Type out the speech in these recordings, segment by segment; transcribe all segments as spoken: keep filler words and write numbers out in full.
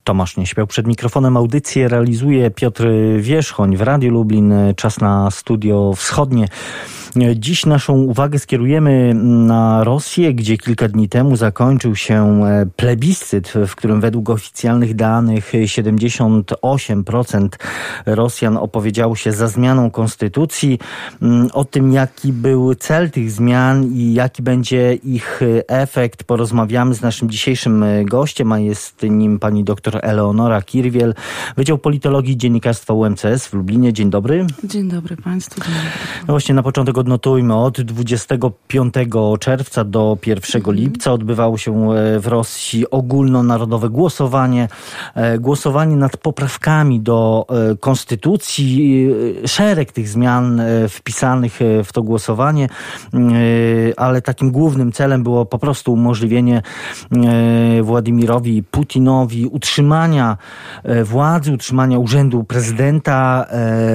Tomasz Nieśmiał. Przed mikrofonem audycję realizuje Piotr Wierzchoń w Radiu Lublin. Czas na Studio Wschodnie. Dziś naszą uwagę skierujemy na Rosję, gdzie kilka dni temu zakończył się plebiscyt, w którym według oficjalnych danych siedemdziesiąt osiem procent Rosjan opowiedziało się za zmianą konstytucji. O tym, jaki był cel tych zmian i jaki będzie ich efekt, porozmawiamy z naszym dzisiejszym gościem, a jest nim pani doktor Eleonora Kirwiel, Wydział Politologii i Dziennikarstwa U M C S w Lublinie. Dzień dobry. Dzień dobry państwu. Dzień dobry. No właśnie na początek odnotujmy, od dwudziestego piątego czerwca do pierwszego mhm. lipca odbywało się w Rosji ogólnonarodowe głosowanie. Głosowanie nad poprawkami do konstytucji. Szereg tych zmian wpisanych w to głosowanie, ale takim głównym celem było po prostu umożliwienie Władimirowi Putinowi utrzymania władzy, utrzymania urzędu prezydenta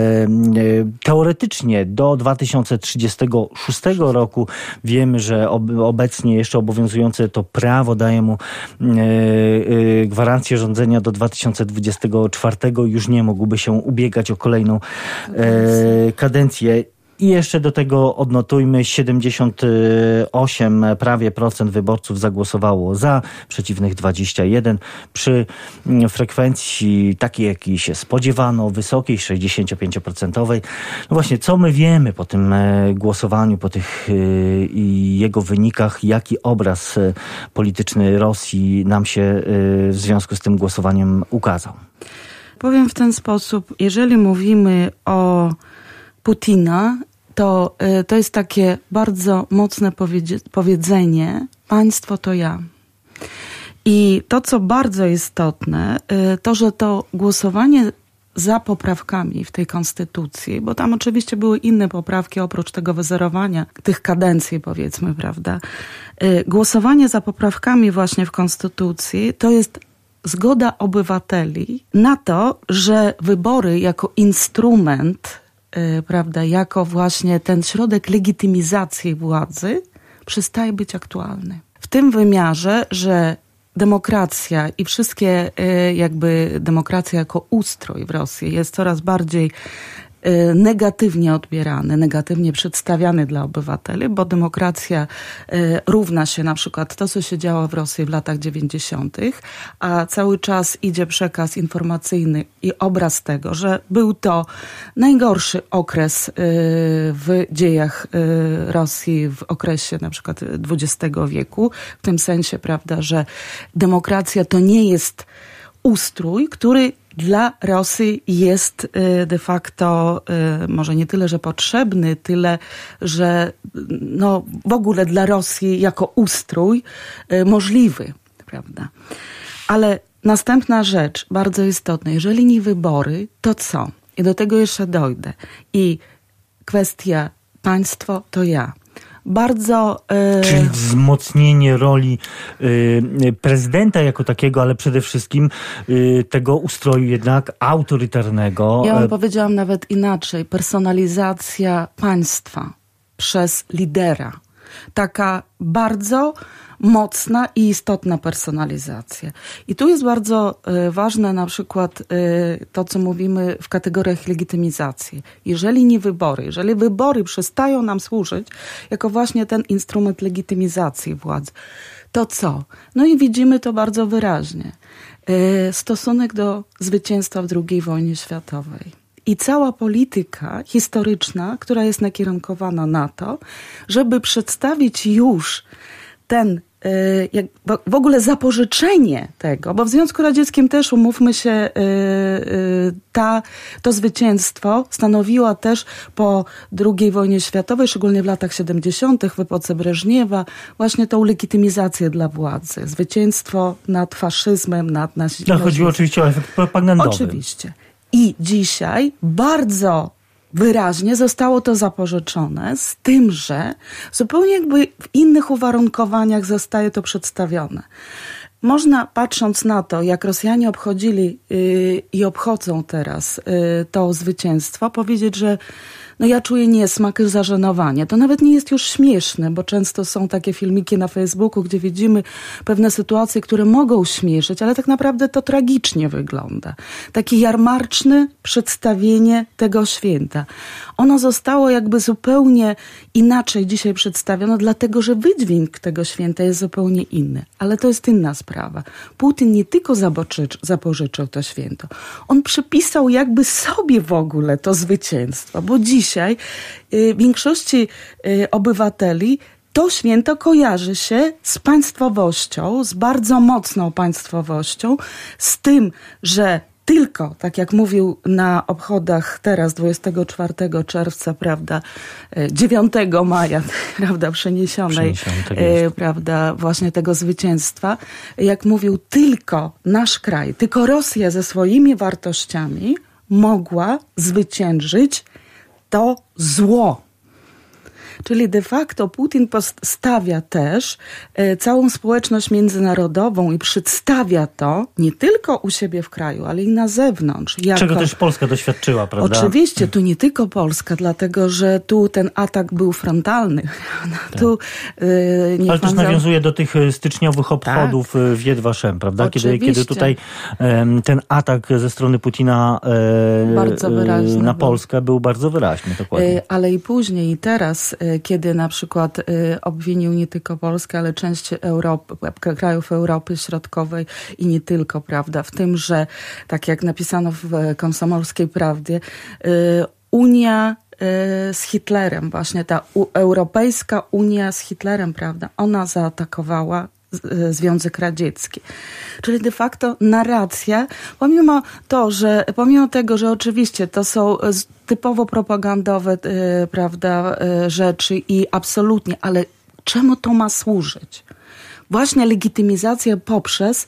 teoretycznie do dwa tysiące trzydziestego szóstego roku. Wiemy, że obecnie jeszcze obowiązujące to prawo daje mu gwarancję rządzenia do dwa tysiące dwudziestego czwartego. Już nie mógłby się ubiegać o kolejną kadencję. I jeszcze do tego odnotujmy, siedemdziesiąt osiem prawie procent wyborców zagłosowało za, przeciwnych dwadzieścia jeden. Przy frekwencji takiej, jakiej się spodziewano, wysokiej, sześćdziesięciopięcioprocentowej. No właśnie, co my wiemy po tym głosowaniu, po tych i jego wynikach, jaki obraz polityczny Rosji nam się w związku z tym głosowaniem ukazał? Powiem w ten sposób, jeżeli mówimy o Putina, to, to jest takie bardzo mocne powiedzenie: państwo to ja. I to, co bardzo istotne, to, że to głosowanie za poprawkami w tej konstytucji, bo tam oczywiście były inne poprawki oprócz tego wyzerowania tych kadencji, powiedzmy, prawda? Głosowanie za poprawkami właśnie w konstytucji to jest zgoda obywateli na to, że wybory jako instrument, prawda, jako właśnie ten środek legitymizacji władzy przestaje być aktualny. W tym wymiarze, że demokracja i wszystkie jakby demokracja jako ustrój w Rosji jest coraz bardziej negatywnie odbierany, negatywnie przedstawiany dla obywateli, bo demokracja równa się na przykład to, co się działo w Rosji w latach dziewięćdziesiątych, a cały czas idzie przekaz informacyjny i obraz tego, że był to najgorszy okres w dziejach Rosji w okresie na przykład dwudziestego wieku, w tym sensie, prawda, że demokracja to nie jest ustrój, który dla Rosji jest de facto może nie tyle, że potrzebny, tyle, że no, w ogóle dla Rosji jako ustrój możliwy, prawda? Ale następna rzecz, bardzo istotna, jeżeli nie wybory, to co? I do tego jeszcze dojdę. I kwestia państwo to ja. Bardzo... Yy... Czyli wzmocnienie roli yy, prezydenta jako takiego, ale przede wszystkim yy, tego ustroju jednak autorytarnego. Ja bym powiedziałam nawet inaczej. Personalizacja państwa przez lidera. Taka bardzo mocna i istotna personalizacja. I tu jest bardzo y, ważne na przykład y, to, co mówimy w kategoriach legitymizacji. Jeżeli nie wybory, jeżeli wybory przestają nam służyć jako właśnie ten instrument legitymizacji władzy, to co? No i widzimy to bardzo wyraźnie. Y, stosunek do zwycięstwa w drugiej wojnie światowej. I cała polityka historyczna, która jest nakierunkowana na to, żeby przedstawić już ten jak w ogóle zapożyczenie tego, bo w Związku Radzieckim też, umówmy się, ta, to zwycięstwo stanowiło też po drugiej wojnie światowej, szczególnie w latach siedemdziesiątych, w epoce Breżniewa, właśnie tą legitymizację dla władzy. Zwycięstwo nad faszyzmem, nad nazizmem. No, chodziło oczywiście o efekt propagandowy. Oczywiście. I dzisiaj bardzo wyraźnie zostało to zapożyczone, z tym, że zupełnie jakby w innych uwarunkowaniach zostaje to przedstawione. Można, patrząc na to, jak Rosjanie obchodzili yy, i obchodzą teraz yy, to zwycięstwo, powiedzieć, że no ja czuję niesmak, zażenowanie. To nawet nie jest już śmieszne, bo często są takie filmiki na Facebooku, gdzie widzimy pewne sytuacje, które mogą śmieszyć, ale tak naprawdę to tragicznie wygląda. Takie jarmarczne przedstawienie tego święta. Ono zostało jakby zupełnie inaczej dzisiaj przedstawione, dlatego że wydźwięk tego święta jest zupełnie inny. Ale to jest inna sprawa. Putin nie tylko zapożyczył to święto, on przypisał jakby sobie w ogóle to zwycięstwo, bo dzisiaj y, większości y, obywateli to święto kojarzy się z państwowością, z bardzo mocną państwowością, z tym, że tylko, tak jak mówił na obchodach teraz dwudziestego czwartego czerwca, prawda, dziewiątego maja, prawda, przeniesionej, tak prawda, właśnie tego zwycięstwa, jak mówił, tylko nasz kraj, tylko Rosja ze swoimi wartościami mogła zwyciężyć to zło. Czyli de facto Putin stawia też e, całą społeczność międzynarodową i przedstawia to nie tylko u siebie w kraju, ale i na zewnątrz. Jako... Czego też Polska doświadczyła, prawda? Oczywiście, tu nie tylko Polska, dlatego że tu ten atak był frontalny. Tak. Tu, e, niech ale też za... nawiązuje do tych styczniowych obchodów tak. w Yad Vashem, prawda? Kiedy, kiedy tutaj e, ten atak ze strony Putina e, bardzo wyraźny na był. Polskę był bardzo wyraźny. Dokładnie. E, ale i później, i teraz e, kiedy na przykład y, obwinił nie tylko Polskę, ale część Europy, krajów Europy Środkowej i nie tylko, prawda, w tym, że tak jak napisano w Komsomolskiej Prawdzie, y, Unia y, z Hitlerem, właśnie ta u, Europejska Unia z Hitlerem, prawda, ona zaatakowała Związek Radziecki. Czyli de facto narracja, pomimo to, że pomimo tego, że oczywiście to są typowo propagandowe yy, prawda, yy, rzeczy i absolutnie, ale czemu to ma służyć? Właśnie legitymizacja poprzez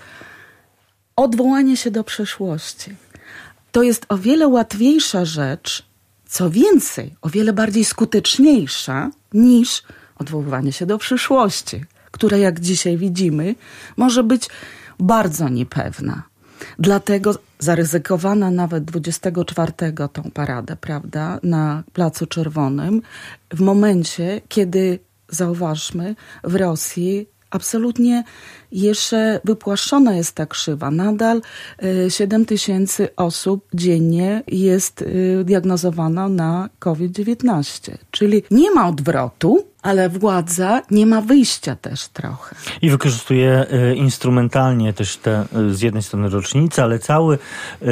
odwołanie się do przeszłości. To jest o wiele łatwiejsza rzecz, co więcej, o wiele bardziej skuteczniejsza niż odwoływanie się do przyszłości, która, jak dzisiaj widzimy, może być bardzo niepewna. Dlatego zaryzykowana nawet dwudziestego czwartego tą paradę, prawda, na Placu Czerwonym, w momencie, kiedy, zauważmy, w Rosji absolutnie jeszcze wypłaszczona jest ta krzywa. Nadal siedem tysięcy osób dziennie jest diagnozowana na kowid dziewiętnaście. Czyli nie ma odwrotu, ale władza nie ma wyjścia też trochę. I wykorzystuje y, instrumentalnie też te y, z jednej strony rocznice, ale cały y,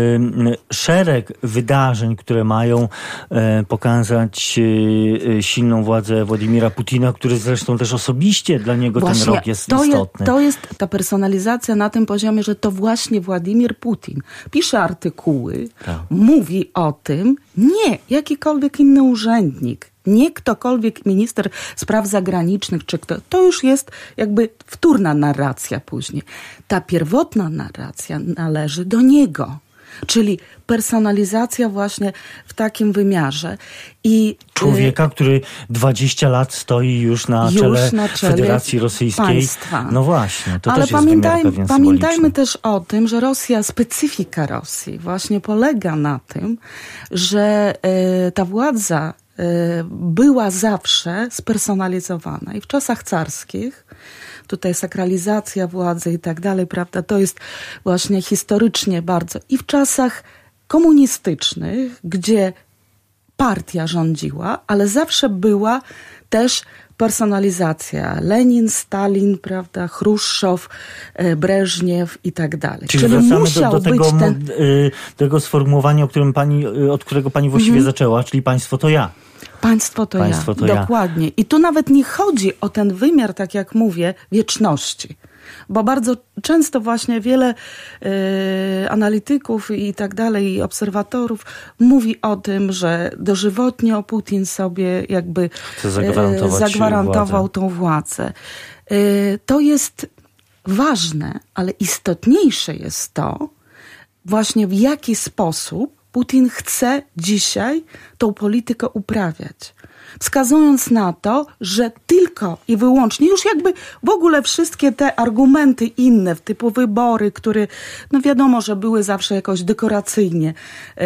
szereg wydarzeń, które mają y, pokazać y, silną władzę Władimira Putina, który zresztą też osobiście dla niego właśnie ten rok jest to istotny. Je, to jest ta personalizacja na tym poziomie, że to właśnie Władimir Putin pisze artykuły, tak. mówi o tym, nie jakikolwiek inny urzędnik, nie ktokolwiek, minister spraw zagranicznych, czy kto. To już jest jakby wtórna narracja później. Ta pierwotna narracja należy do niego. Czyli personalizacja właśnie w takim wymiarze. I człowieka, który dwadzieścia lat stoi już na, już czele, na czele Federacji Rosyjskiej. Państwa. No właśnie, to Ale też pamiętaj, jest wymiar pewien pamiętajmy też o tym, że Rosja, specyfika Rosji właśnie polega na tym, że y, ta władza y, była zawsze spersonalizowana. I w czasach carskich tutaj sakralizacja władzy i tak dalej, prawda, to jest właśnie historycznie bardzo. I w czasach komunistycznych, gdzie partia rządziła, ale zawsze była też personalizacja. Lenin, Stalin, prawda, Chruszczow, Breżniew i tak dalej. Czyli, Czyli wracamy do, do, tego, ten... tego sformułowania, o którym pani, od którego pani właściwie mm-hmm. zaczęła, czyli państwo to ja. Państwo to Państwo ja, to dokładnie. Ja. I tu nawet nie chodzi o ten wymiar, tak jak mówię, wieczności. Bo bardzo często właśnie wiele y, analityków i tak dalej, i obserwatorów mówi o tym, że dożywotnio Putin sobie jakby Chce zagwarantować y, zagwarantował władzę. tą władzę. Y, to jest ważne, ale istotniejsze jest to właśnie w jaki sposób Putin chce dzisiaj tą politykę uprawiać. wskazując na to, że tylko i wyłącznie, już jakby w ogóle wszystkie te argumenty inne, typu wybory, które, no wiadomo, że były zawsze jakoś dekoracyjnie yy,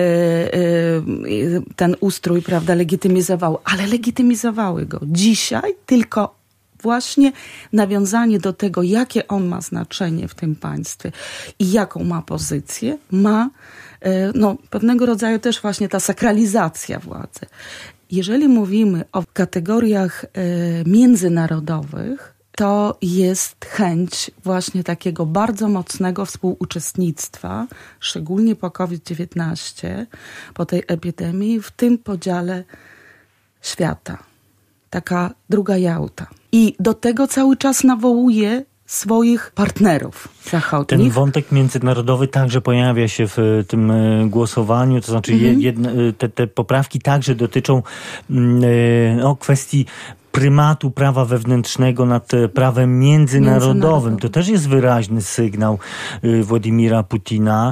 yy, ten ustrój, prawda, legitymizowały, ale legitymizowały go. Dzisiaj tylko właśnie nawiązanie do tego, jakie on ma znaczenie w tym państwie i jaką ma pozycję, ma no, pewnego rodzaju też właśnie ta sakralizacja władzy. Jeżeli mówimy o kategoriach międzynarodowych, to jest chęć właśnie takiego bardzo mocnego współuczestnictwa, szczególnie po kowid dziewiętnaście, po tej epidemii, w tym podziale świata. Taka druga Jałta. I do tego cały czas nawołuje swoich partnerów zachodnich. Ten wątek międzynarodowy także pojawia się w tym głosowaniu, to znaczy mhm. jedne, te, te poprawki także dotyczą no, kwestii prymatu prawa wewnętrznego nad prawem międzynarodowym. Międzynarodowy. To też jest wyraźny sygnał Władimira Putina.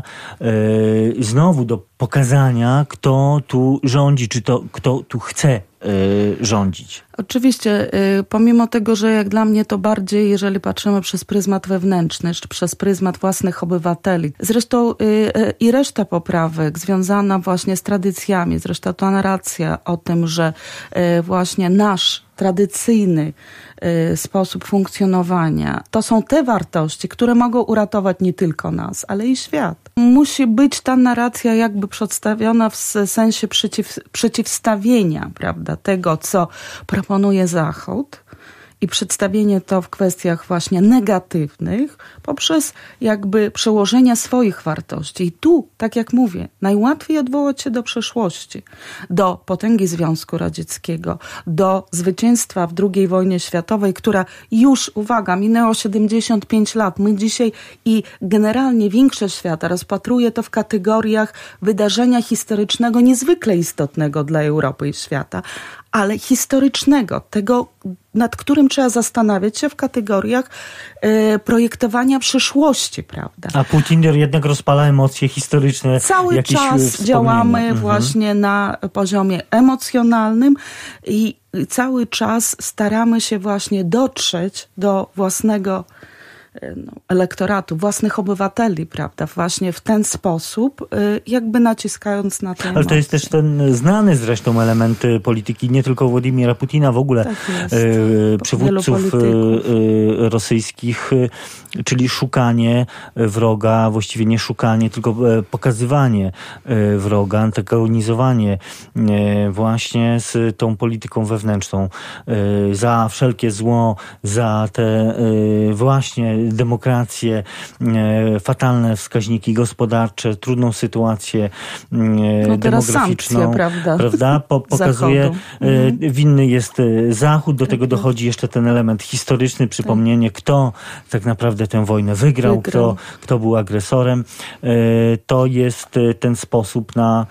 Znowu do pokazania, kto tu rządzi, czy to kto tu chce rządzić. Oczywiście, pomimo tego, że jak dla mnie to bardziej, jeżeli patrzymy przez pryzmat wewnętrzny, czy przez pryzmat własnych obywateli. Zresztą i reszta poprawek związana właśnie z tradycjami, zresztą ta narracja o tym, że właśnie nasz tradycyjny sposób funkcjonowania, to są te wartości, które mogą uratować nie tylko nas, ale i świat. Musi być ta narracja jakby przedstawiona w sensie przeciw, przeciwstawienia, prawda, tego, co proponuje Zachód i przedstawienie to w kwestiach właśnie negatywnych poprzez jakby przełożenia swoich wartości. I tu, tak jak mówię, najłatwiej odwołać się do przeszłości, do potęgi Związku Radzieckiego, do zwycięstwa w drugiej wojnie światowej, która już, uwaga, minęło siedemdziesiąt pięć lat. My dzisiaj i generalnie większość świata rozpatruje to w kategoriach wydarzenia historycznego niezwykle istotnego dla Europy i świata, ale historycznego, tego, nad którym trzeba zastanawiać się w kategoriach e, projektowania przyszłości, prawda? A Putin jednak rozpala emocje historyczne. Cały czas działamy mhm. właśnie na poziomie emocjonalnym i cały czas staramy się właśnie dotrzeć do własnego no, elektoratu, własnych obywateli, prawda? Właśnie w ten sposób, jakby naciskając na te emocje. Ale to jest też ten znany zresztą element polityki, nie tylko Władimira Putina, w ogóle tak e, przywódców e, rosyjskich, czyli szukanie wroga, właściwie nie szukanie, tylko pokazywanie wroga, antagonizowanie właśnie z tą polityką wewnętrzną. Za wszelkie zło, za te właśnie demokrację, fatalne wskaźniki gospodarcze, trudną sytuację no demograficzną. Sankcje, prawda? prawda? Po, pokazuje, mhm. winny jest Zachód, do tak tego dochodzi jeszcze ten element historyczny, przypomnienie, tak. kto tak naprawdę tę wojnę wygrał, wygrał. Kto, kto był agresorem. To jest ten sposób na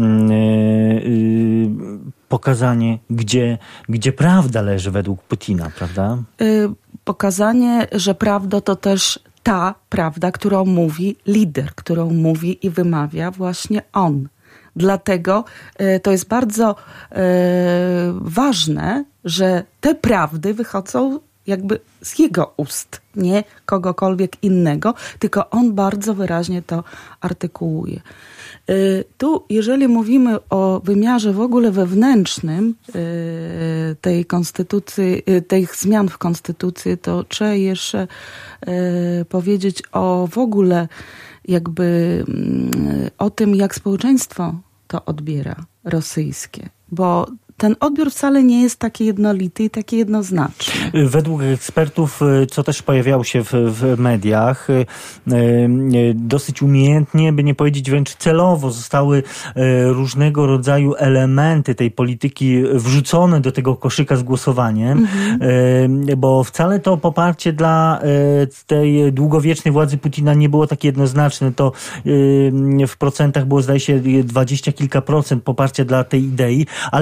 pokazanie, gdzie, gdzie prawda leży według Putina, prawda? Pokazanie, że prawda to też ta prawda, którą mówi lider, którą mówi i wymawia właśnie on. Dlatego y, to jest bardzo y, ważne, że te prawdy wychodzą jakby z jego ust, nie kogokolwiek innego, tylko on bardzo wyraźnie to artykułuje. Tu, jeżeli mówimy o wymiarze w ogóle wewnętrznym tej konstytucji, tych zmian w konstytucji, to trzeba jeszcze powiedzieć o w ogóle jakby o tym, jak społeczeństwo to odbiera rosyjskie, bo ten odbiór wcale nie jest taki jednolity i taki jednoznaczny. Według ekspertów, co też pojawiało się w, w mediach, dosyć umiejętnie, by nie powiedzieć wręcz celowo, zostały różnego rodzaju elementy tej polityki wrzucone do tego koszyka z głosowaniem, mhm. bo wcale to poparcie dla tej długowiecznej władzy Putina nie było takie jednoznaczne. To w procentach było, zdaje się, dwadzieścia kilka procent poparcia dla tej idei, ale inne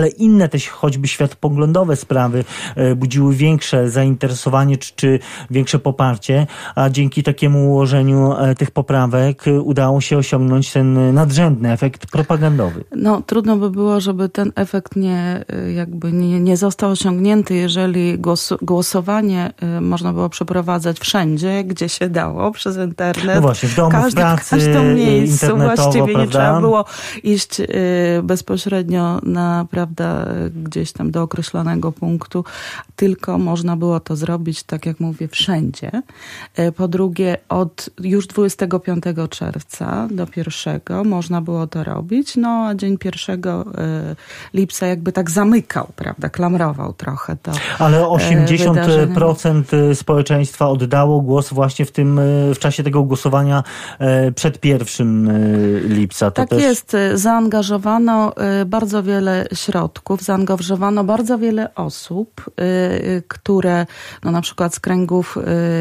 inne też choćby światopoglądowe sprawy budziły większe zainteresowanie czy, czy większe poparcie, a dzięki takiemu ułożeniu tych poprawek udało się osiągnąć ten nadrzędny efekt propagandowy. No trudno by było, żeby ten efekt nie, jakby nie, nie został osiągnięty, jeżeli głos, głosowanie można było przeprowadzać wszędzie, gdzie się dało, przez internet. No właśnie, w domu, Każdy, w pracy, w każdym miejscu właściwie prawda? Nie trzeba było iść y, bezpośrednio na, prawda, gdzieś tam do określonego punktu, tylko można było to zrobić, tak jak mówię, wszędzie. Y, po drugie, od już dwudziestego piątego czerwca do pierwszego można było to robić, no a dzień pierwszego lipca jakby tak zamykał, prawda, klamrował trochę to. Ale osiemdziesiąt procent wydarzenie. Społeczeństwa oddało głos właśnie w tym, w czasie tego głosowania przed pierwszym lipca. To tak też... jest. Zaangażowano bardzo wiele środków, zaangażowano bardzo wiele osób, które no na przykład z kręgów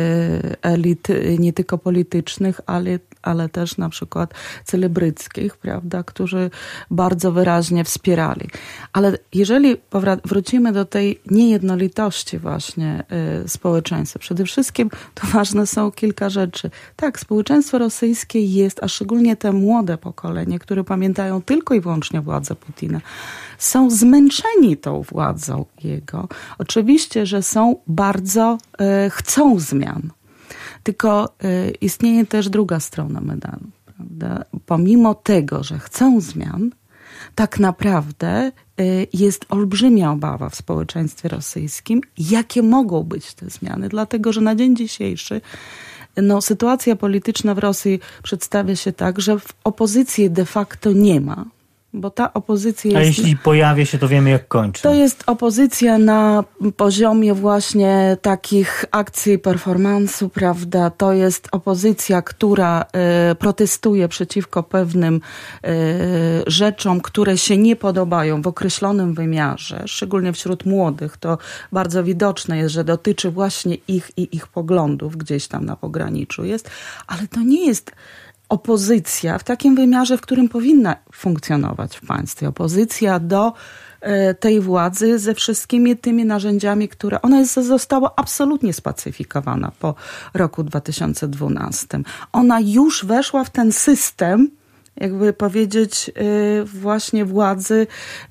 elit nie tylko politycznych, ale ale też na przykład celebryckich, prawda, którzy bardzo wyraźnie wspierali. Ale jeżeli wrócimy do tej niejednolitości właśnie y, społeczeństwa, przede wszystkim to ważne są kilka rzeczy. Tak, społeczeństwo rosyjskie jest, a szczególnie te młode pokolenie, które pamiętają tylko i wyłącznie władzę Putina, są zmęczeni tą władzą jego. Oczywiście, że są bardzo, y, chcą zmian. Tylko y, istnieje też druga strona medalu, prawda? Pomimo tego, że chcą zmian, tak naprawdę y, jest olbrzymia obawa w społeczeństwie rosyjskim, jakie mogą być te zmiany. Dlatego, że na dzień dzisiejszy no, sytuacja polityczna w Rosji przedstawia się tak, że w opozycji de facto nie ma. Bo ta opozycja jest... A jeśli pojawia się, to wiemy, jak kończy. To jest opozycja na poziomie właśnie takich akcji performance'u, prawda? To jest opozycja, która y, protestuje przeciwko pewnym y, rzeczom, które się nie podobają w określonym wymiarze, szczególnie wśród młodych. To bardzo widoczne jest, że dotyczy właśnie ich i ich poglądów, gdzieś tam na pograniczu jest, ale to nie jest opozycja w takim wymiarze, w którym powinna funkcjonować w państwie. Opozycja do y, tej władzy ze wszystkimi tymi narzędziami, które... Ona jest, została absolutnie spacyfikowana po roku dwa tysiące dwunastym. Ona już weszła w ten system, jakby powiedzieć, y, właśnie władzy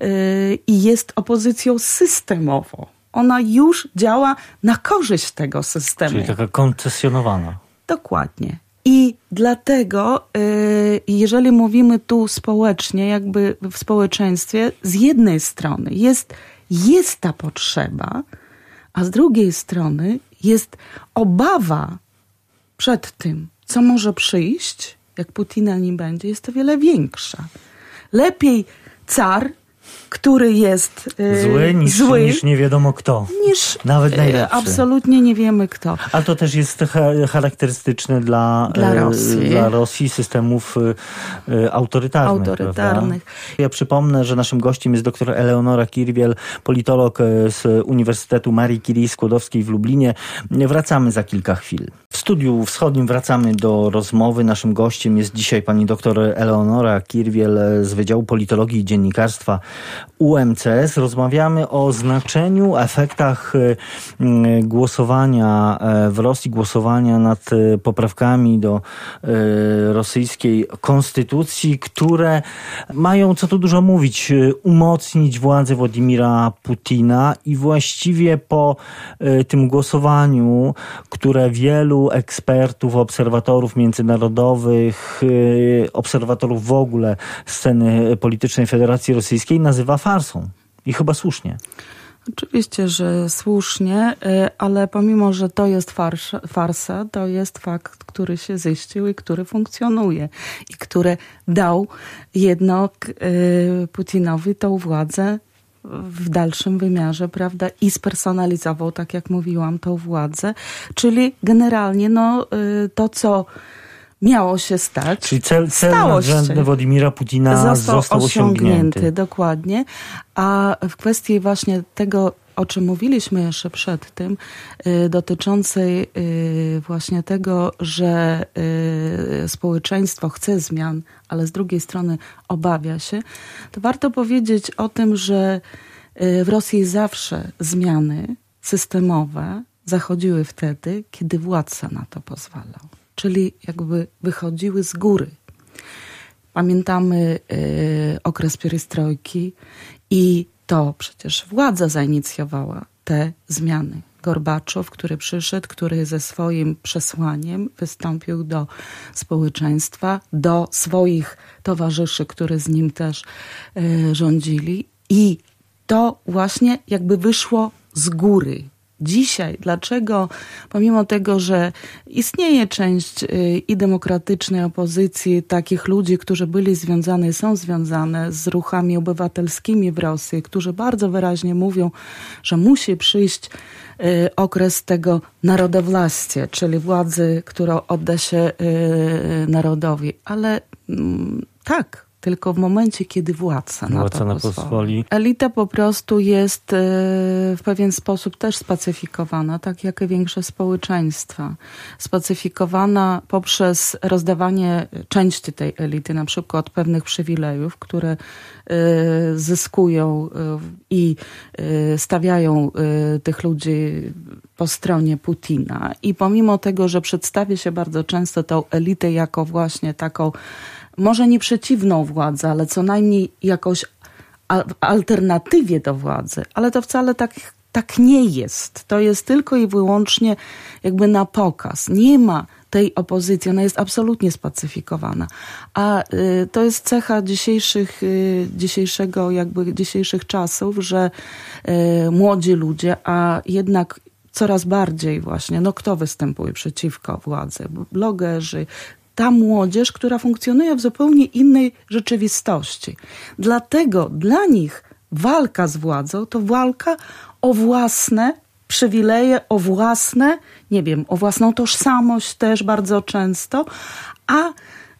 y, i jest opozycją systemową. Ona już działa na korzyść tego systemu. Czyli taka koncesjonowana. Dokładnie. I dlatego, jeżeli mówimy tu społecznie, jakby w społeczeństwie, z jednej strony jest, jest ta potrzeba, a z drugiej strony jest obawa przed tym, co może przyjść, jak Putina nie będzie, jest o wiele większa. Lepiej car, który jest yy, zły, niż, zły niż nie wiadomo kto. Niż nawet najlepszy. Yy, absolutnie nie wiemy kto. A to też jest cha- charakterystyczne dla, dla, Rosji. Yy, dla Rosji systemów yy, autorytarnych. autorytarnych. Ja przypomnę, że naszym gościem jest dr Eleonora Kirwiel, politolog z Uniwersytetu Marii Curie Skłodowskiej w Lublinie. Wracamy za kilka chwil. W studiu wschodnim wracamy do rozmowy. Naszym gościem jest dzisiaj pani dr Eleonora Kirwiel z Wydziału Politologii i Dziennikarstwa U M C S. Rozmawiamy o znaczeniu, efektach głosowania w Rosji, głosowania nad poprawkami do rosyjskiej konstytucji, które mają, co tu dużo mówić, umocnić władzę Władimira Putina i właściwie po tym głosowaniu, które wielu ekspertów, obserwatorów międzynarodowych, obserwatorów w ogóle sceny politycznej Federacji Rosyjskiej nazywa farsą. I chyba słusznie. Oczywiście, że słusznie, ale pomimo, że to jest farsa, farsa, to jest fakt, który się ziścił i który funkcjonuje i który dał jednak Putinowi tą władzę w dalszym wymiarze, prawda, i spersonalizował, tak jak mówiłam, tą władzę, czyli generalnie no, to, co miało się stać. Czyli cel, cel nadrzędny Władimira Putina został, został osiągnięty. osiągnięty. Dokładnie. A w kwestii właśnie tego, o czym mówiliśmy jeszcze przed tym, y, dotyczącej y, właśnie tego, że y, społeczeństwo chce zmian, ale z drugiej strony obawia się, to warto powiedzieć o tym, że w Rosji zawsze zmiany systemowe zachodziły wtedy, kiedy władca na to pozwalał. Czyli jakby wychodziły z góry. Pamiętamy y, okres pierestrojki i to przecież władza zainicjowała te zmiany. Gorbaczow, który przyszedł, który ze swoim przesłaniem wystąpił do społeczeństwa, do swoich towarzyszy, którzy z nim też y, rządzili. I to właśnie jakby wyszło z góry. Dzisiaj, dlaczego pomimo tego, że istnieje część i demokratycznej opozycji, takich ludzi, którzy byli związani, są związane z ruchami obywatelskimi w Rosji, którzy bardzo wyraźnie mówią, że musi przyjść okres tego narodowładstwa, czyli władzy, którą odda się narodowi. Ale tak, tylko w momencie, kiedy władca na władca to na pozwoli. pozwoli. Elita po prostu jest w pewien sposób też spacyfikowana, tak jak i większość społeczeństwa. Spacyfikowana poprzez rozdawanie części tej elity, na przykład pewnych przywilejów, które zyskują i stawiają tych ludzi po stronie Putina. I pomimo tego, że przedstawia się bardzo często tą elitę jako właśnie taką może nie przeciwną władzy, ale co najmniej jakąś alternatywie do władzy. Ale to wcale tak, tak nie jest. To jest tylko i wyłącznie jakby na pokaz. Nie ma tej opozycji, ona jest absolutnie spacyfikowana. A y, to jest cecha dzisiejszych, y, dzisiejszego, jakby dzisiejszych czasów, że y, młodzi ludzie, a jednak coraz bardziej właśnie, no kto występuje przeciwko władzy? Blogerzy, ta młodzież, która funkcjonuje w zupełnie innej rzeczywistości. Dlatego dla nich walka z władzą to walka o własne przywileje, o własne, nie wiem, o własną tożsamość też bardzo często, a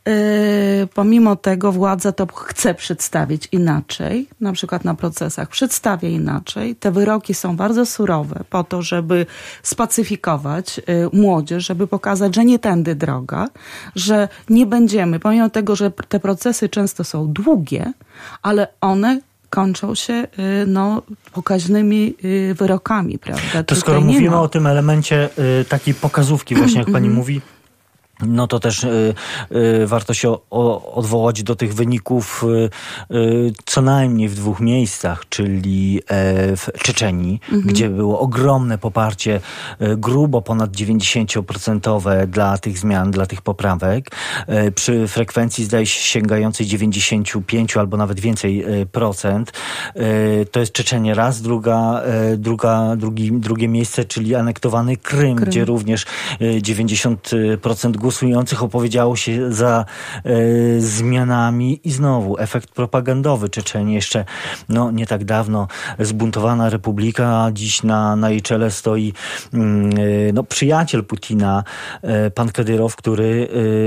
Yy, pomimo tego władza to chce przedstawić inaczej, na przykład na procesach przedstawia inaczej. Te wyroki są bardzo surowe po to, żeby spacyfikować yy, młodzież, żeby pokazać, że nie tędy droga, że nie będziemy, pomimo tego, że te procesy często są długie, ale one kończą się yy, no, pokaźnymi yy, wyrokami, prawda? To skoro mówimy ma... o tym elemencie yy, takiej pokazówki, właśnie jak pani mówi, no to też y, y, warto się o, odwołać do tych wyników y, y, co najmniej w dwóch miejscach, czyli y, w Czeczenii, mhm. gdzie było ogromne poparcie, y, grubo ponad dziewięćdziesiąt procent dla tych zmian, dla tych poprawek, y, przy frekwencji zdaje się sięgającej dziewięćdziesiąt pięć albo nawet więcej y, procent. Y, to jest Czeczenia raz, druga, y, druga, drugi, drugie miejsce, czyli anektowany Krym, Krym. gdzie również y, dziewięćdziesiąt procent głosów głosujących opowiedziało się za e, zmianami i znowu efekt propagandowy. Czeczenia jeszcze no, nie tak dawno zbuntowana republika, a dziś na, na jej czele stoi mm, no, przyjaciel Putina, e, pan Kadyrow, który,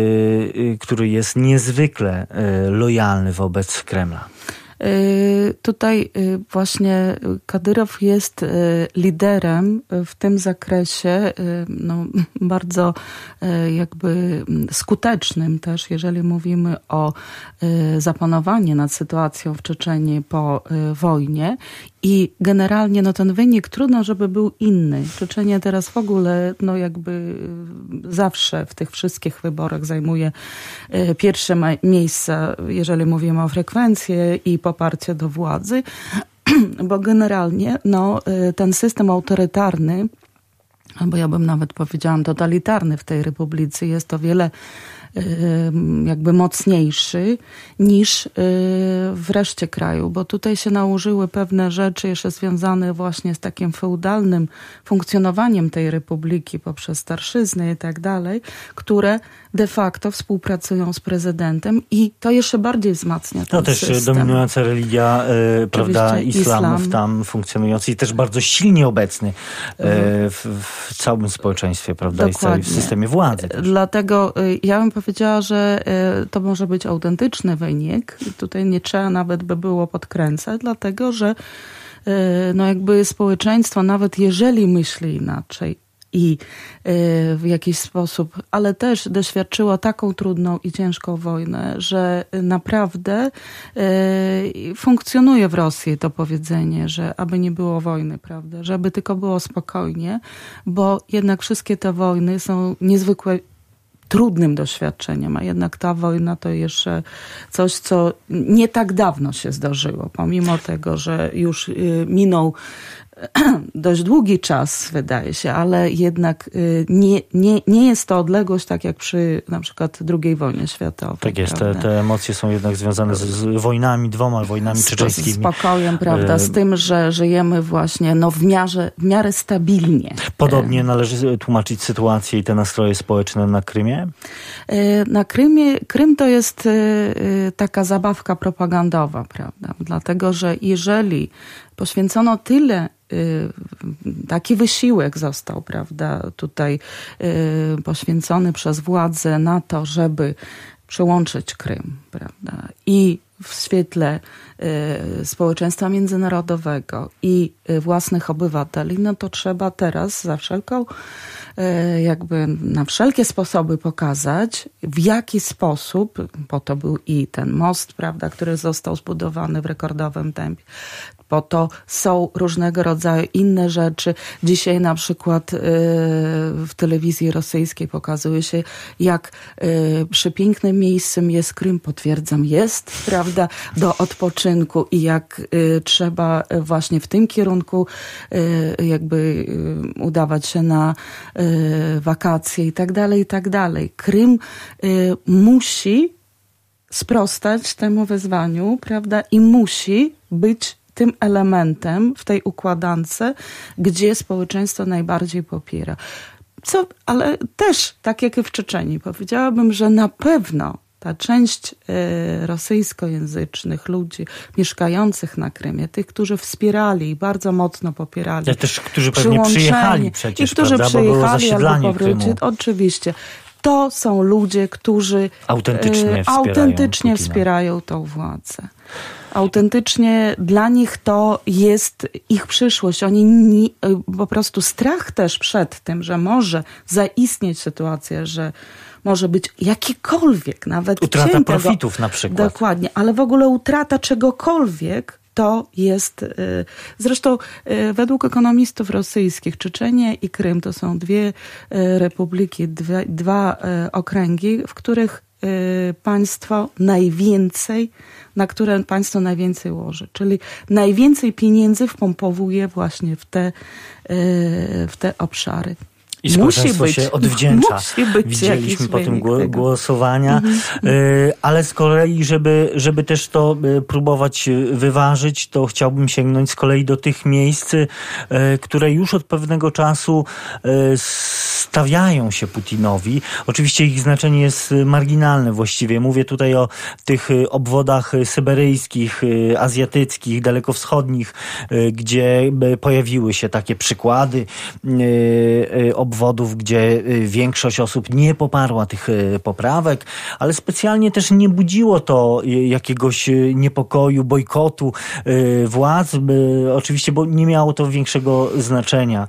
e, który jest niezwykle e, lojalny wobec Kremla. Tutaj właśnie Kadyrow jest liderem w tym zakresie, no, bardzo jakby skutecznym też, jeżeli mówimy o zapanowaniu nad sytuacją w Czeczenii po wojnie. I generalnie no, ten wynik trudno, żeby był inny. Czeczenia teraz w ogóle no, jakby zawsze w tych wszystkich wyborach zajmuje pierwsze miejsca, jeżeli mówimy o frekwencji i poparcie do władzy, bo generalnie no, ten system autorytarny, albo ja bym nawet powiedziałam totalitarny w tej republice jest o wiele jakby mocniejszy niż w reszcie kraju, bo tutaj się nałożyły pewne rzeczy jeszcze związane właśnie z takim feudalnym funkcjonowaniem tej republiki poprzez starszyznę i tak dalej, które de facto współpracują z prezydentem i to jeszcze bardziej wzmacnia ten No też system. Dominująca religia, y, prawda, islamów islam. tam funkcjonujący i też bardzo silnie obecny y, w, w całym społeczeństwie, prawda, Dokładnie. i w systemie władzy. Też. Dlatego y, ja bym powiedziała, że y, to może być autentyczny wynik. Tutaj nie trzeba nawet by było podkręcać, dlatego że y, no jakby społeczeństwo, nawet jeżeli myśli inaczej, i w jakiś sposób, ale też doświadczyła taką trudną i ciężką wojnę, że naprawdę funkcjonuje w Rosji to powiedzenie, że aby nie było wojny, prawda, żeby tylko było spokojnie, bo jednak wszystkie te wojny są niezwykłe trudnym doświadczeniem, a jednak ta wojna to jeszcze coś, co nie tak dawno się zdarzyło, pomimo tego, że już minął dość długi czas, wydaje się, ale jednak nie, nie, nie jest to odległość tak jak przy na przykład drugiej wojnie światowej. Tak jest, te, te emocje są jednak związane z, z wojnami, dwoma wojnami czeczeńskimi. Z spokojem, prawda, z tym, że żyjemy właśnie no, w, miarze, w miarę stabilnie. Podobnie należy tłumaczyć sytuację i te nastroje społeczne na Krymie? Na Krymie, Krym to jest taka zabawka propagandowa, prawda, dlatego, że jeżeli poświęcono tyle, taki wysiłek został, prawda, tutaj poświęcony przez władze na to, żeby przyłączyć Krym, prawda, i w świetle społeczeństwa międzynarodowego i własnych obywateli, no to trzeba teraz za wszelką, jakby na wszelkie sposoby pokazać, w jaki sposób, po to był i ten most, prawda, który został zbudowany w rekordowym tempie, po to są różnego rodzaju inne rzeczy. Dzisiaj na przykład y, w telewizji rosyjskiej pokazuje się, jak y, przepięknym miejscem jest Krym, potwierdzam, jest, prawda, do odpoczynku i jak y, trzeba właśnie w tym kierunku y, jakby y, udawać się na y, wakacje i tak dalej, i tak dalej. Krym y, musi sprostać temu wyzwaniu, prawda, i musi być tym elementem w tej układance, gdzie społeczeństwo najbardziej popiera. Co, ale też, tak jak i w Czeczenii, powiedziałabym, że na pewno ta część y, rosyjskojęzycznych ludzi mieszkających na Krymie, tych, którzy wspierali i bardzo mocno popierali. Ja też, którzy pewnie przyjechali przecież, i którzy prawda, przyjechali, bo było zasiedlanie Krymu. Oczywiście. To są ludzie, którzy autentycznie, y, wspierają, autentycznie wspierają tą władzę. Autentycznie dla nich to jest ich przyszłość. Oni nie, po prostu strach też przed tym, że może zaistnieć sytuacja, że może być jakikolwiek, nawet utrata cień profitów tego, na przykład. Dokładnie, ale w ogóle utrata czegokolwiek to jest, zresztą według ekonomistów rosyjskich Czeczenia i Krym to są dwie republiki, dwie, dwa okręgi, w których państwo najwięcej, na które państwo najwięcej łoży. Czyli najwięcej pieniędzy wpompowuje właśnie w te, w te obszary. I społeczeństwo musi się być, odwdzięcza. Musi być Widzieliśmy po tym tego. głosowania. Mm-hmm. Ale z kolei, żeby, żeby też to próbować wyważyć, to chciałbym sięgnąć z kolei do tych miejsc, które już od pewnego czasu stawiają się Putinowi. Oczywiście ich znaczenie jest marginalne właściwie. Mówię tutaj o tych obwodach syberyjskich, azjatyckich, dalekowschodnich, gdzie pojawiły się takie przykłady obwodów, obwodów, gdzie większość osób nie poparła tych poprawek, ale specjalnie też nie budziło to jakiegoś niepokoju, bojkotu władz. Oczywiście, bo nie miało to większego znaczenia.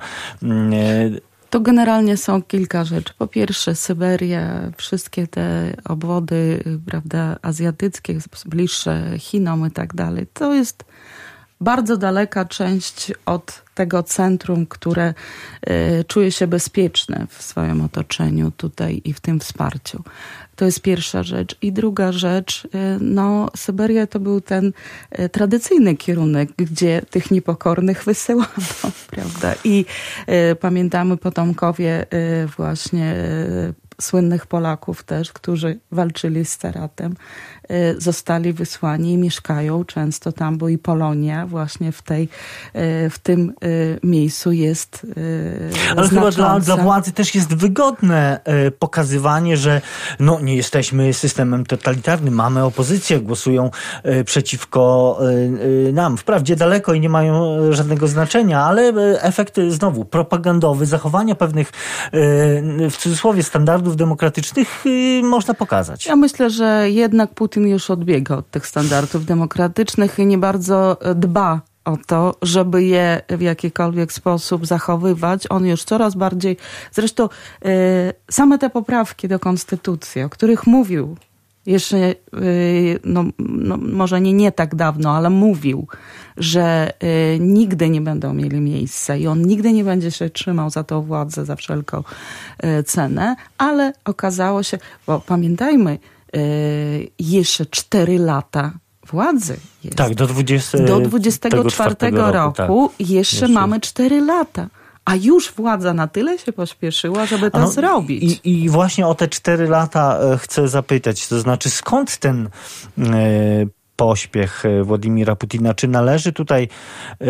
To generalnie są kilka rzeczy. Po pierwsze Syberia, wszystkie te obwody, prawda, azjatyckie, bliższe Chinom i tak dalej. To jest bardzo daleka część od tego centrum, które y, czuje się bezpieczne w swoim otoczeniu tutaj i w tym wsparciu. To jest pierwsza rzecz. I druga rzecz, y, no Syberia to był ten y, tradycyjny kierunek, gdzie tych niepokornych wysyłano, prawda? I y, pamiętamy potomkowie y, właśnie y, słynnych Polaków też, którzy walczyli z Caratem, zostali wysłani i mieszkają często tam, bo i Polonia właśnie w tej, w tym miejscu jest Ale znacząca. chyba dla, dla władzy też jest wygodne pokazywanie, że no nie jesteśmy systemem totalitarnym, mamy opozycję, głosują przeciwko nam. Wprawdzie daleko i nie mają żadnego znaczenia, ale efekt znowu propagandowy, zachowania pewnych w cudzysłowie standardów demokratycznych można pokazać. Ja myślę, że jednak Putin już odbiega od tych standardów demokratycznych i nie bardzo dba o to, żeby je w jakikolwiek sposób zachowywać. On już coraz bardziej, zresztą y, same te poprawki do konstytucji, o których mówił jeszcze, y, no, no, może nie, nie tak dawno, ale mówił, że y, nigdy nie będą mieli miejsca i on nigdy nie będzie się trzymał za tą władzę za wszelką y, cenę, ale okazało się, bo pamiętajmy, y, jeszcze cztery lata władzy jest. Tak, do, dwudziestego, do dwudziestego czwartego roku, roku tak. jeszcze, jeszcze mamy cztery lata. A już władza na tyle się pośpieszyła, żeby to no, zrobić. I, I właśnie o te cztery lata chcę zapytać. To znaczy, skąd ten e, pośpiech Władimira Putina? Czy należy tutaj e,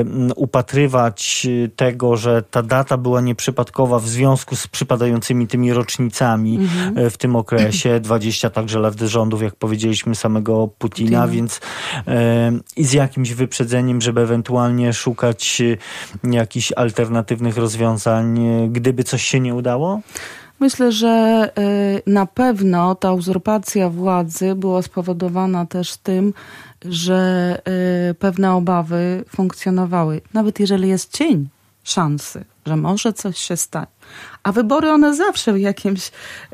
upatrywać tego, że ta data była nieprzypadkowa w związku z przypadającymi tymi rocznicami mm-hmm. w tym okresie, dwadzieścia także lat rządów, jak powiedzieliśmy, samego Putina, Putina. więc e, i z jakimś wyprzedzeniem, żeby ewentualnie szukać jakichś alternatywnych rozwiązań, gdyby coś się nie udało? Myślę, że na pewno ta uzurpacja władzy była spowodowana też tym, że pewne obawy funkcjonowały. Nawet jeżeli jest cień szansy, że może coś się stać. A wybory one zawsze w jakimś,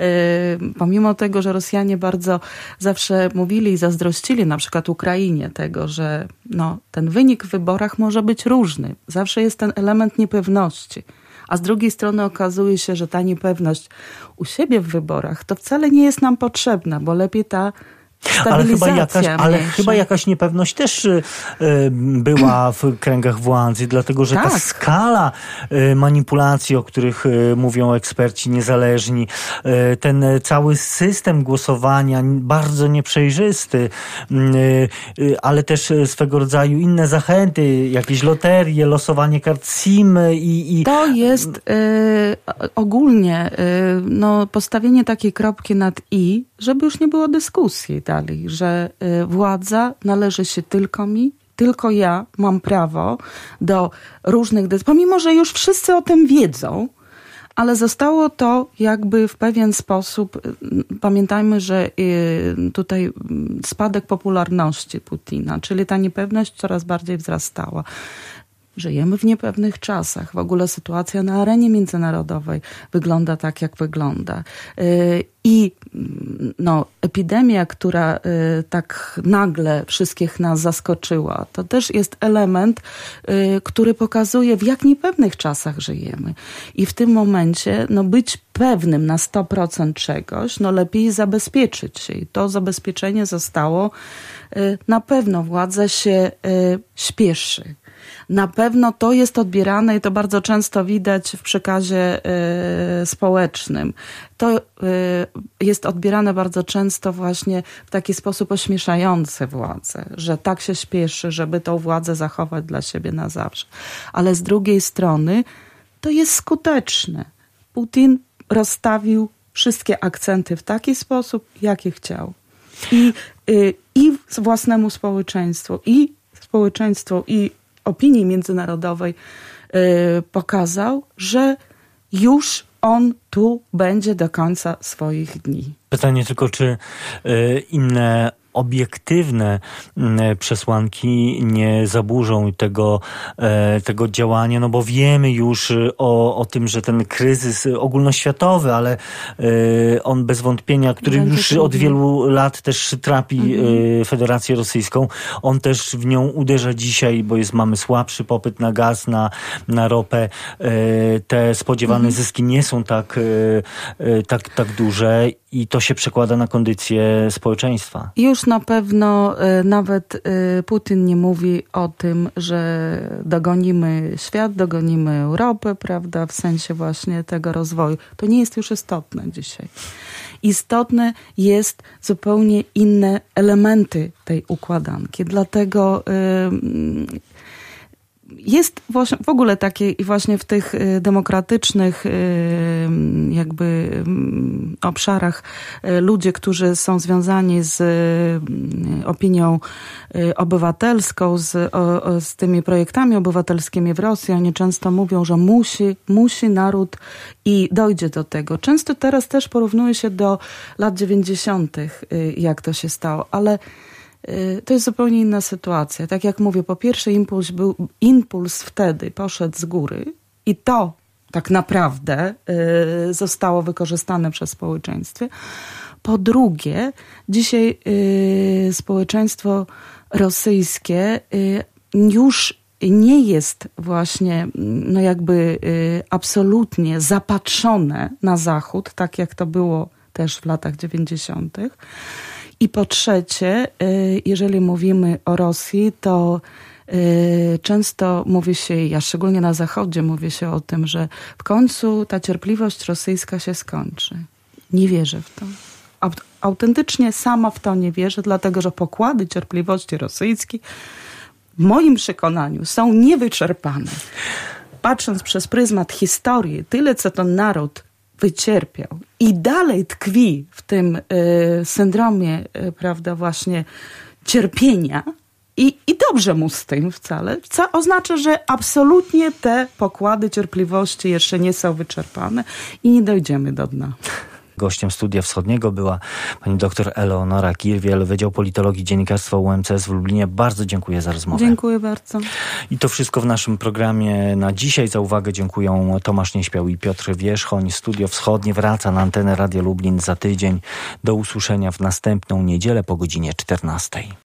pomimo tego, że Rosjanie bardzo zawsze mówili i zazdrościli na przykład Ukrainie tego, że no, ten wynik w wyborach może być różny. Zawsze jest ten element niepewności. A z drugiej strony okazuje się, że ta niepewność u siebie w wyborach to wcale nie jest nam potrzebna, bo lepiej ta ale chyba, jakaś, ale chyba jakaś niepewność też y, była w kręgach władzy, dlatego że tak. ta skala y, manipulacji, o których y, mówią eksperci niezależni, y, ten cały system głosowania bardzo nieprzejrzysty, y, y, ale też swego rodzaju inne zachęty, jakieś loterie, losowanie kart SIM i... i... To jest y, ogólnie y, no, postawienie takiej kropki nad i, żeby już nie było dyskusji dalej, że y, władza należy się tylko mi, tylko ja mam prawo do różnych decyzji, pomimo że już wszyscy o tym wiedzą, ale zostało to jakby w pewien sposób, pamiętajmy, że y, tutaj spadek popularności Putina, czyli ta niepewność coraz bardziej wzrastała. Żyjemy w niepewnych czasach. W ogóle sytuacja na arenie międzynarodowej wygląda tak, jak wygląda. I no, epidemia, która tak nagle wszystkich nas zaskoczyła, to też jest element, który pokazuje, w jak niepewnych czasach żyjemy. I w tym momencie no, być pewnym na sto procent czegoś, no lepiej zabezpieczyć się. I to zabezpieczenie zostało, na pewno władza się śpieszy. Na pewno to jest odbierane i to bardzo często widać w przekazie y, społecznym. To y, jest odbierane bardzo często właśnie w taki sposób ośmieszający władzę, że tak się śpieszy, żeby tą władzę zachować dla siebie na zawsze. Ale z drugiej strony to jest skuteczne. Putin rozstawił wszystkie akcenty w taki sposób, jaki chciał. I, y, i własnemu społeczeństwu, i społeczeństwu, i opinii międzynarodowej yy, pokazał, że już on tu będzie do końca swoich dni. Pytanie tylko, czy yy, inne obiektywne przesłanki nie zaburzą tego, tego działania, no bo wiemy już o, o tym, że ten kryzys ogólnoświatowy, ale on bez wątpienia, który Będzie już trudno. od wielu lat też trapi mhm. Federację Rosyjską, on też w nią uderza dzisiaj, bo jest, mamy słabszy popyt na gaz, na, na ropę. Te spodziewane mhm. zyski nie są tak, tak, tak duże i to się przekłada na kondycję społeczeństwa. Już na pewno y, nawet y, Putin nie mówi o tym, że dogonimy świat, dogonimy Europę, prawda, w sensie właśnie tego rozwoju. To nie jest już istotne dzisiaj. Istotne jest zupełnie inne elementy tej układanki. Dlatego y, jest w ogóle takie i właśnie w tych demokratycznych jakby obszarach ludzie, którzy są związani z opinią obywatelską, z, o, z tymi projektami obywatelskimi w Rosji, oni często mówią, że musi, musi naród i dojdzie do tego. Często teraz też porównuje się do lat dziewięćdziesiątych, jak to się stało, ale to jest zupełnie inna sytuacja. Tak jak mówię, po pierwsze impuls, był, impuls wtedy poszedł z góry i to tak naprawdę zostało wykorzystane przez społeczeństwo. Po drugie, dzisiaj społeczeństwo rosyjskie już nie jest właśnie no jakby absolutnie zapatrzone na Zachód, tak jak to było też w latach dziewięćdziesiątych. I po trzecie, jeżeli mówimy o Rosji, to często mówi się, ja szczególnie na Zachodzie mówię się o tym, że w końcu ta cierpliwość rosyjska się skończy. Nie wierzę w to. Autentycznie sama w to nie wierzę, dlatego że pokłady cierpliwości rosyjskiej w moim przekonaniu są niewyczerpane. Patrząc przez pryzmat historii, tyle co ten naród wycierpiał i dalej tkwi w tym y, syndromie, y, prawda, właśnie cierpienia i, i dobrze mu z tym wcale, co oznacza, że absolutnie te pokłady cierpliwości jeszcze nie są wyczerpane i nie dojdziemy do dna. Gościem Studia Wschodniego była pani doktor Eleonora Kirwiel, Wydział Politologii Dziennikarstwa U M C S w Lublinie. Bardzo dziękuję za rozmowę. Dziękuję bardzo. I to wszystko w naszym programie na dzisiaj. Za uwagę dziękuję Tomasz Nieśpiał i Piotr Wierzchoń. Studio Wschodnie wraca na antenę Radia Lublin za tydzień. Do usłyszenia w następną niedzielę po godzinie czternastej.